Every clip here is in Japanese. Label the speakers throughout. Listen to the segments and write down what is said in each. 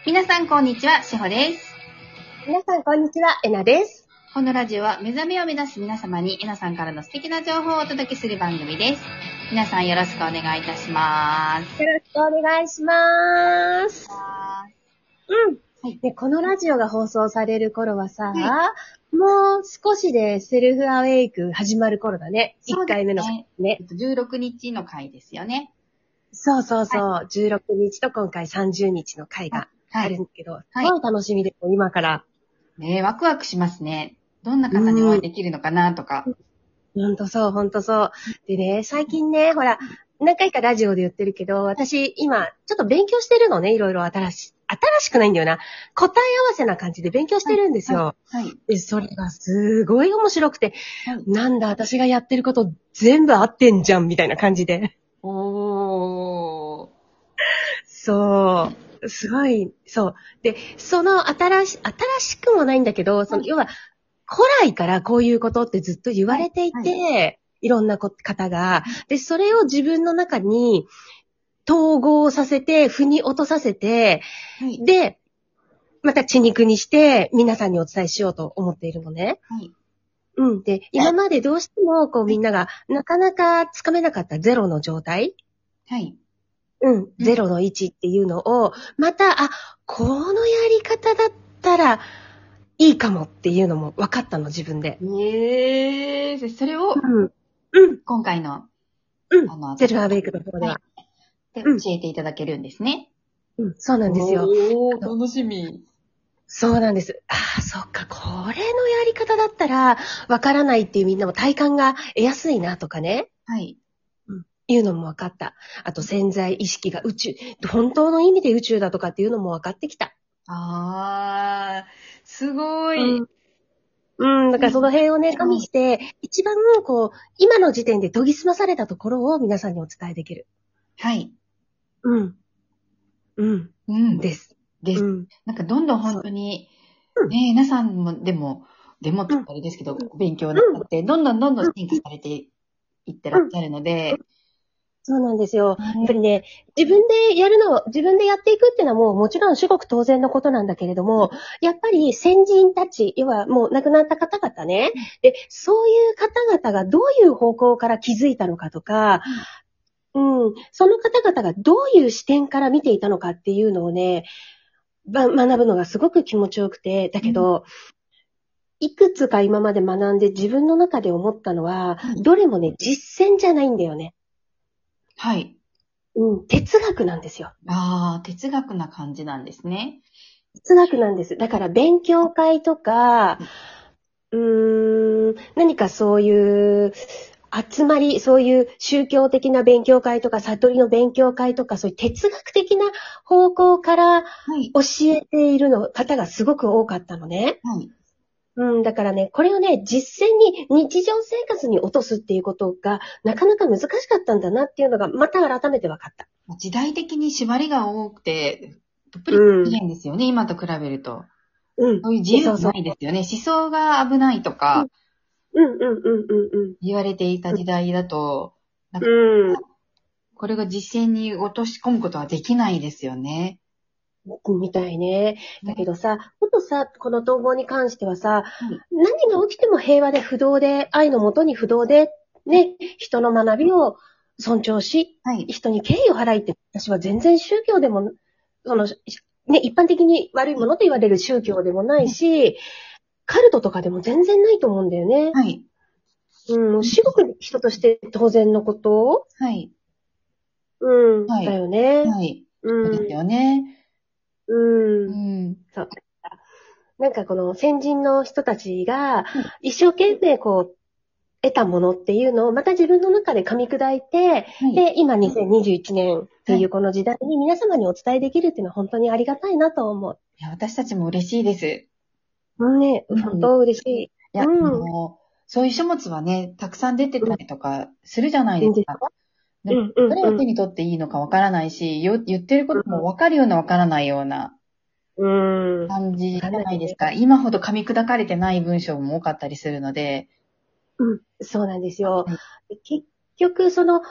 Speaker 1: 皆さんこんにちは、しほです。
Speaker 2: 皆さんこんにちは、えなです。
Speaker 1: このラジオは目覚めを目指す皆様にえなさんからの素敵な情報をお届けする番組です。皆さんよろしくお願いいたします。
Speaker 2: よろしくお願いします。うん。
Speaker 1: はい。
Speaker 2: で、このラジオが放送される頃はさ、
Speaker 1: は
Speaker 2: もう少しでセルフアウェイク始まる頃だね。1
Speaker 1: そうですね
Speaker 2: 回目のね。
Speaker 1: 16日の回ですよね。
Speaker 2: そうそうそう。16日と今回30日の回があるんだけど、すごい楽しみです、今から。
Speaker 1: ねえ、ワクワクしますね。どんな方にお会いできるのかなとか。
Speaker 2: ほんとそう、ほんとそう。でね、最近ね、ほら、何回かラジオで言ってるけど、私今、ちょっと勉強してるのね、いろいろ新しくないんだよな。答え合わせな感じで勉強してるんですよ。
Speaker 1: はい。
Speaker 2: で、それがすごい面白くて、
Speaker 1: はい。
Speaker 2: なんだ、私がやってること全部合ってんじゃん、みたいな感じで。
Speaker 1: おー。
Speaker 2: そう。すごい、そう。で、その新しくもないんだけど、要は、古来からこういうことってずっと言われていて、いろんな方が。で、それを自分の中に統合させて、腑に落とさせて、で、また血肉にして皆さんにお伝えしようと思っているのね。
Speaker 1: はい。
Speaker 2: うん。で、今までどうしてもこうみんながなかなかつかめなかったゼロの状態。
Speaker 1: はい。
Speaker 2: ゼロの1っていうのを、また、このやり方だったらいいかもっていうのも分かったの、自分で。
Speaker 1: それを、今回の、
Speaker 2: セルフアウェイクの方では。
Speaker 1: で、教えていただけるんですね。
Speaker 2: そうなんですよ。
Speaker 1: 楽しみ。
Speaker 2: そうなんです。そっか、これのやり方だったら、わからないっていうみんなも体感が得やすいなとかね。
Speaker 1: はい。
Speaker 2: いうのも分かった。あと潜在意識が宇宙、本当の意味で宇宙だとかっていうのも分かってきた。
Speaker 1: すごい。
Speaker 2: だからその辺をね、加味して、一番今の時点で研ぎ澄まされたところを皆さんにお伝えできる。
Speaker 1: はい。
Speaker 2: です。
Speaker 1: なんかどんどん本当に、ね、皆さんも、でもって言ったらあれですけど、勉強になって、どんどん進化されていってらっしゃるので、
Speaker 2: そうなんですよ。やっぱりね、自分でやっていくっていうのはもちろん至極当然のことなんだけれども、やっぱり先人たち、要はもう亡くなった方々ね、で、そういう方々がどういう方向から気づいたのかとか、その方々がどういう視点から見ていたのかっていうのをね、学ぶのがすごく気持ちよくて、だけど、いくつか今まで学んで自分の中で思ったのは、どれもね、実践じゃないんだよね。
Speaker 1: はい。
Speaker 2: 哲学なんですよ。
Speaker 1: 哲学な感じなんですね。
Speaker 2: 哲学なんです。だから勉強会とか、何かそういう集まり、そういう宗教的な勉強会とか、悟りの勉強会とか、そういう哲学的な方向から教えている方がすごく多かったのね。だからね、これをね、実践に、日常生活に落とすっていうことが、なかなか難しかったんだなっていうのが、また改めて分かった。
Speaker 1: 時代的に縛りが多くて、どっぷりできないんですよね、今と比べると。そういう自由がないですよね。思想が危ないとか、言われていた時代だと、これが実践に落とし込むことはできないですよね。
Speaker 2: みたいね。だけどさ、この統合に関してはさ、何が起きても平和で不動で、愛のもとに不動で、ね、人の学びを尊重し、人に敬意を払いって、私は全然宗教でも、一般的に悪いものと言われる宗教でもないし、カルトとかでも全然ないと思うんだよね。至極人として当然のことだよね。
Speaker 1: そうですよね。
Speaker 2: そう。なんかこの先人の人たちが一生懸命得たものっていうのをまた自分の中で噛み砕いて、で、今2021年っていうこの時代に皆様にお伝えできるっていうのは本当にありがたいなと思う。
Speaker 1: いや、私たちも嬉しいです。
Speaker 2: 本当嬉しい。
Speaker 1: いや、そういう書物はね、たくさん出てたりとかするじゃないですか。でもどれを手に取っていいのかわからないし、言ってることもわかるようなわからないような感じじゃないですか。今ほど噛み砕かれてない文章も多かったりするので。
Speaker 2: そうなんですよ。結局、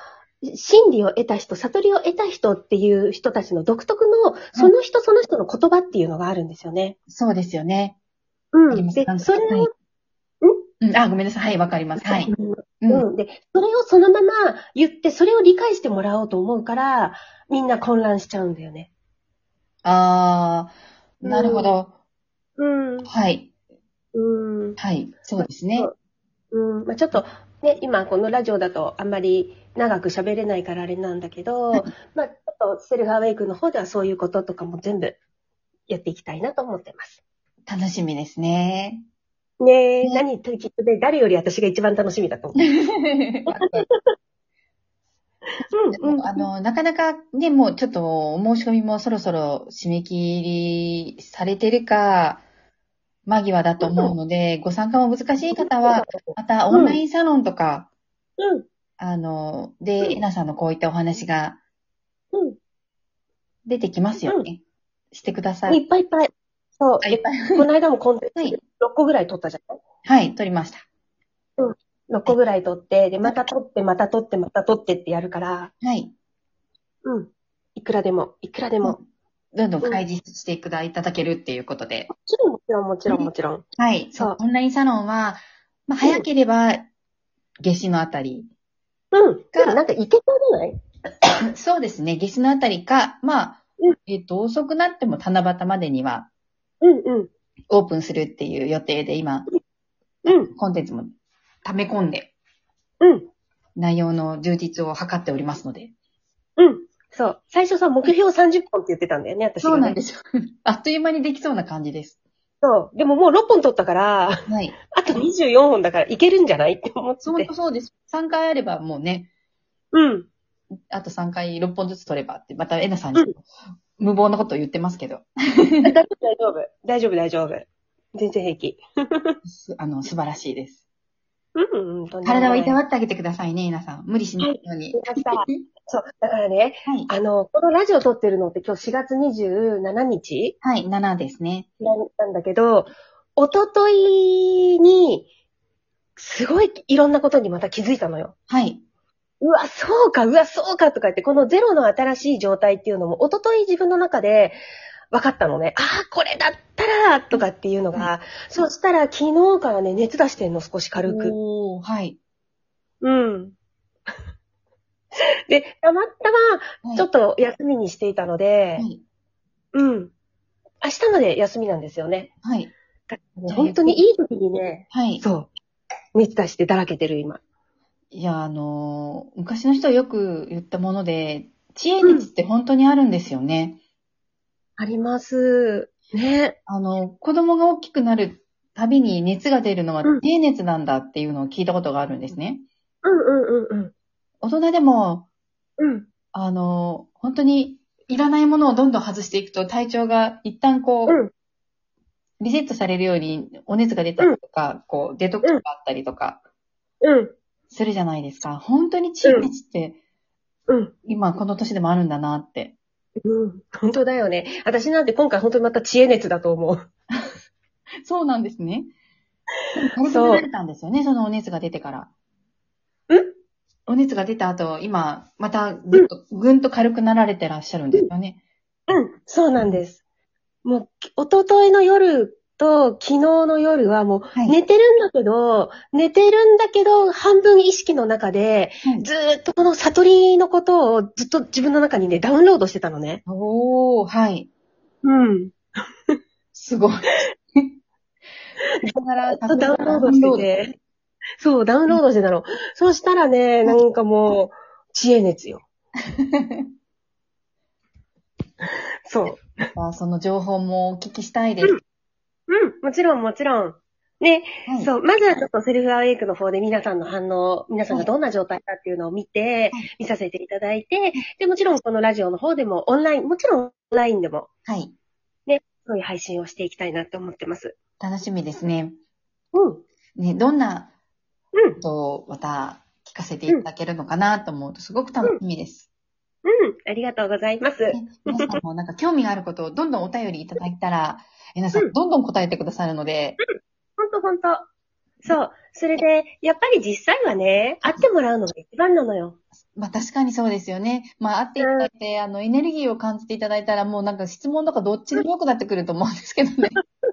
Speaker 2: 真理を得た人、悟りを得た人っていう人たちの独特の、その人その人の言葉っていうのがあるんですよね。
Speaker 1: そうですよね。
Speaker 2: うん。で、
Speaker 1: あります。
Speaker 2: それを、
Speaker 1: はい。うん、あ、ごめんなさい。はい、わかります。はい。うん。
Speaker 2: うん。で、それをそのまま言って、それを理解してもらおうと思うから、みんな混乱しちゃうんだよね。
Speaker 1: あー、なるほど。
Speaker 2: うん。
Speaker 1: はい。
Speaker 2: うん。
Speaker 1: はい。そう
Speaker 2: ま、
Speaker 1: ですね。
Speaker 2: まあ、ちょっと、ね、今このラジオだとあんまり長く喋れないからあれなんだけど、
Speaker 1: はい。
Speaker 2: まあ、ちょっとセルフアウェイクの方ではそういうこととかも全部やっていきたいなと思ってます。
Speaker 1: 楽しみですね。
Speaker 2: ねえ、
Speaker 1: ね。
Speaker 2: 何言ってるきっとね、誰より私が一番楽しみだと思
Speaker 1: わかる。
Speaker 2: う。
Speaker 1: でも、なかなかね、もうちょっとお申し込みもそろそろ締め切りされてるか、間際だと思うので、ご参加も難しい方は、またオン
Speaker 2: うん。
Speaker 1: ラインサロンとか、
Speaker 2: うん。
Speaker 1: で、えなさんのこういったお話が
Speaker 2: うん。
Speaker 1: 出てきますよ
Speaker 2: うん。
Speaker 1: ね。してください。
Speaker 2: いっぱいいっぱい。そ
Speaker 1: あ、
Speaker 2: う。
Speaker 1: いっ
Speaker 2: で、
Speaker 1: ぱい。
Speaker 2: この間もコンテン
Speaker 1: はい。
Speaker 2: ツ6個ぐらい取ったじゃない。
Speaker 1: はい、取りました。
Speaker 2: うん。6
Speaker 1: はい。
Speaker 2: 個ぐらい取って、で、また取って、また取って、また取ってってやるから、
Speaker 1: はい。
Speaker 2: うん。いくらでも、いくらでも。
Speaker 1: どんどん
Speaker 2: うん。も
Speaker 1: 開示していただけるっていうことで。
Speaker 2: ちろん、もちろん、もちろん、
Speaker 1: ね。
Speaker 2: もちろん。
Speaker 1: はい。
Speaker 2: そう。
Speaker 1: オンラインサロンは、まあ、早
Speaker 2: うん。
Speaker 1: ければ夏至のあたり
Speaker 2: うん。でも
Speaker 1: か、
Speaker 2: なんかいけそうじゃない？
Speaker 1: そうですね。夏至のあたりか、まあ、
Speaker 2: うん。
Speaker 1: 遅くなっても七夕までには
Speaker 2: うん、うん。
Speaker 1: オープンするっていう予定で今、
Speaker 2: うん。
Speaker 1: コンテンツも溜め込んで
Speaker 2: うん。
Speaker 1: 内容の充実を図っておりますので。
Speaker 2: うん。そう。最初さ、目標30本って言ってたんだよね、私がね。
Speaker 1: そうなんですよ。あっという間にできそうな感じです。
Speaker 2: そう。でももう6本取ったから、
Speaker 1: はい。
Speaker 2: あと24本だからいけるんじゃないって思って
Speaker 1: 本当
Speaker 2: て。
Speaker 1: そうです。3回あればもうね、
Speaker 2: うん。
Speaker 1: あと3回6本ずつ取ればって、またえなさんに
Speaker 2: うん。
Speaker 1: 無謀なことを言ってますけど。
Speaker 2: 大丈夫、大丈夫。大丈夫、大丈夫。全然平気。
Speaker 1: 素晴らしいです。
Speaker 2: うん、うん、とんでも
Speaker 1: 体をい
Speaker 2: ない。
Speaker 1: たわってあげてくださいね、えなさん。無理しな
Speaker 2: はい。
Speaker 1: いように。
Speaker 2: わかりました。そう。だからね、
Speaker 1: はい。
Speaker 2: このラジオ撮ってるのって今日4月27日
Speaker 1: はい、7ですね。
Speaker 2: なんだけど、一昨日に、すごいいろんなことにまた気づいたのよ。
Speaker 1: はい。
Speaker 2: うわ、そうか、うわ、そうかとか言って、このゼロの新しい状態っていうのも、一昨日自分の中で分かったのね。ああ、これだったら、とかっていうの
Speaker 1: はい。
Speaker 2: が、そしたら昨日からね、熱出してんの、少し軽く。
Speaker 1: おー、はい。
Speaker 2: うん。で、たまたま、ちょっ
Speaker 1: はい。
Speaker 2: と休みにしていたので、
Speaker 1: はい。
Speaker 2: うん。明日まで休みなんですよね。
Speaker 1: はい。
Speaker 2: だからね
Speaker 1: じゃあ、ゆっ
Speaker 2: 本当
Speaker 1: くり。
Speaker 2: にいい時にね、
Speaker 1: はい。
Speaker 2: そう、熱出してだらけてる今。
Speaker 1: いや、昔の人はよく言ったもので、知恵
Speaker 2: うん。
Speaker 1: 熱って本当にあるんですよね。
Speaker 2: あります。ね。
Speaker 1: 子供が大きくなるたびに熱が出るのは
Speaker 2: うん。
Speaker 1: 知恵熱なんだっていうのを聞いたことがあるんですね。
Speaker 2: うんうんうんうん。
Speaker 1: 大人でも、
Speaker 2: うん。
Speaker 1: 本当にいらないものをどんどん外していくと体調が一旦こ
Speaker 2: うん。
Speaker 1: う、リセットされるようにお熱が出た
Speaker 2: うん。
Speaker 1: りとか、こう、デトックス
Speaker 2: うん。
Speaker 1: があったりとか
Speaker 2: うん。
Speaker 1: するじゃないですか。本当に知恵
Speaker 2: うん。
Speaker 1: 熱って
Speaker 2: うん。
Speaker 1: 今この年でもあるんだなって。
Speaker 2: うん。本当だよね。私なんて今回本当にまた知恵熱だと思う。
Speaker 1: そうなんですね。でも軽くなら
Speaker 2: そ
Speaker 1: れたんですよね、そのお熱が出てから。
Speaker 2: う。ん
Speaker 1: お熱が出た後、今、また
Speaker 2: うん。
Speaker 1: ぐんと軽くなられてらっしゃるんですよね。
Speaker 2: うん。そう
Speaker 1: うん。
Speaker 2: なんです。もう、一昨日の夜と昨日の夜はもう
Speaker 1: はい。
Speaker 2: 寝てるんだけど、半分意識の中で、
Speaker 1: はい。
Speaker 2: ずーっとこの悟りのことをずっと自分の中にね、ダウンロードしてたのね。
Speaker 1: おー、はい。
Speaker 2: うん。
Speaker 1: すごい。だから、
Speaker 2: ずっとダウ
Speaker 1: さすがダ
Speaker 2: ンロードして
Speaker 1: ウンロード。
Speaker 2: て、そう、ダウンロードしてたの。そうしたらね、
Speaker 1: はい。
Speaker 2: なんかもう、知恵熱よ。そう。
Speaker 1: また、その情報もお聞きしたいです。
Speaker 2: うん、うん、もちろん、もちろん。ね、
Speaker 1: はい。
Speaker 2: そう、まずはちょっとセルフアウェイクの方で皆さんの反応、皆さん
Speaker 1: はい。
Speaker 2: がどんな状態かっていうのを見て、
Speaker 1: はい。
Speaker 2: 見させていただいて、で、もちろんこのラジオの方でもオンライン、もちろんオンラインでも
Speaker 1: はい。
Speaker 2: ね、そういう配信をしていきたいなって思ってます。
Speaker 1: 楽しみですね。
Speaker 2: うん、
Speaker 1: ね、どんな
Speaker 2: うん、
Speaker 1: ことをまた聞かせてい
Speaker 2: うん、うん、
Speaker 1: ただけるのかなと思うとすごく楽しみです。
Speaker 2: うん、ありがとうございます。
Speaker 1: ね、皆さんもなんか興味があることをどんどんお便りいただいたら、皆さん
Speaker 2: うん、
Speaker 1: どんどん答えてくださるので、
Speaker 2: ほんとほんと。 そう。それで、やっぱり実際はね、会ってもらうのが一番なのよ。
Speaker 1: まあ確かにそうですよね。まあ会っていただいて、エネルギーを感じていただいたら、もうなんか質問とかどっちでもよくなってくると思うんですけどね。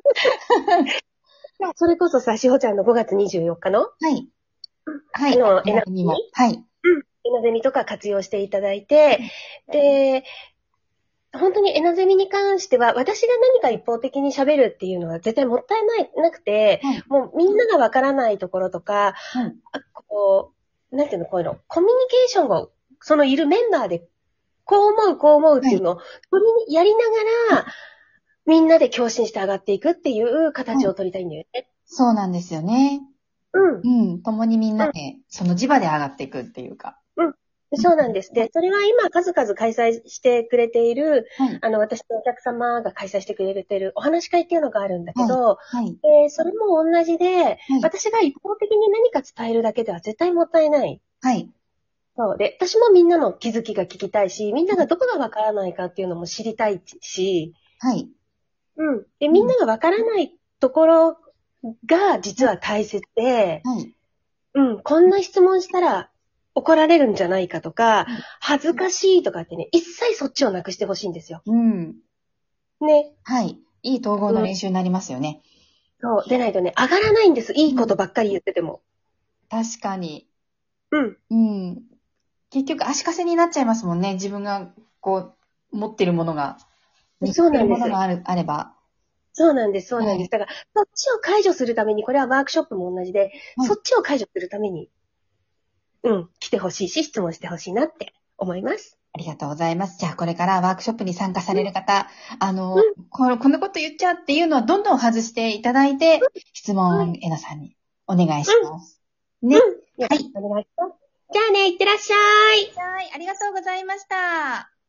Speaker 2: それこそさ、しほちゃんの5月24日の、
Speaker 1: はい。はい。
Speaker 2: エナゼミ、
Speaker 1: はい。
Speaker 2: エナゼミとか活用していただいて、で、本当にエナゼミに関しては、私が何か一方的に喋るっていうのは絶対もったいなくて、
Speaker 1: はい。
Speaker 2: もうみんながわからないところとか、
Speaker 1: はい。
Speaker 2: こう、なんていうの、こういうの、コミュニケーションを、そのいるメンバーで、こう思うっていうのを、やりながら、みんなで共振して上がっていくっていう形を取りたいんだよね。
Speaker 1: そうなんですよね。
Speaker 2: うん。
Speaker 1: 共にみんなで、その磁場で上がっていくっていうか。
Speaker 2: そうなんです。で、それは今数々開催してくれている、
Speaker 1: はい。
Speaker 2: 私のお客様が開催してくれているお話し会っていうのがあるんだけど、
Speaker 1: はい。
Speaker 2: それも同じで、私が一方的に何か伝えるだけでは絶対もったいない。
Speaker 1: はい。
Speaker 2: そう。で、私もみんなの気づきが聞きたいし、みんながどこがわからないかっていうのも知りたいし、
Speaker 1: はい。
Speaker 2: で、みんながわからないところが実は大切で、
Speaker 1: はい。
Speaker 2: こんな質問したら怒られるんじゃないかとか、恥ずかしいとかってね、一切そっちをなくしてほしいんですよ。ね。
Speaker 1: はい。いい統合の練習になりますよね。
Speaker 2: そう。でないとね、上がらないんです。いいことばっかり言ってても。
Speaker 1: 確かに。結局足かせになっちゃいますもんね。自分が、こう、持ってるものが。
Speaker 2: そうなんです。
Speaker 1: 持ってるものがあれば。
Speaker 2: そうなんです。だから、そっちを解除するために、これはワークショップも同じで、そっちを解除するために、来てほしいし、質問してほしいなって思います。
Speaker 1: ありがとうございます。じゃあ、これからワークショップに参加される方、こんなこと言っちゃうっていうのはどんどん外していただいて、質問、えなさんにお願いします。ね。
Speaker 2: はい。お願いします。じゃあね、いってらっしゃい。
Speaker 1: はい、ありがとうございました。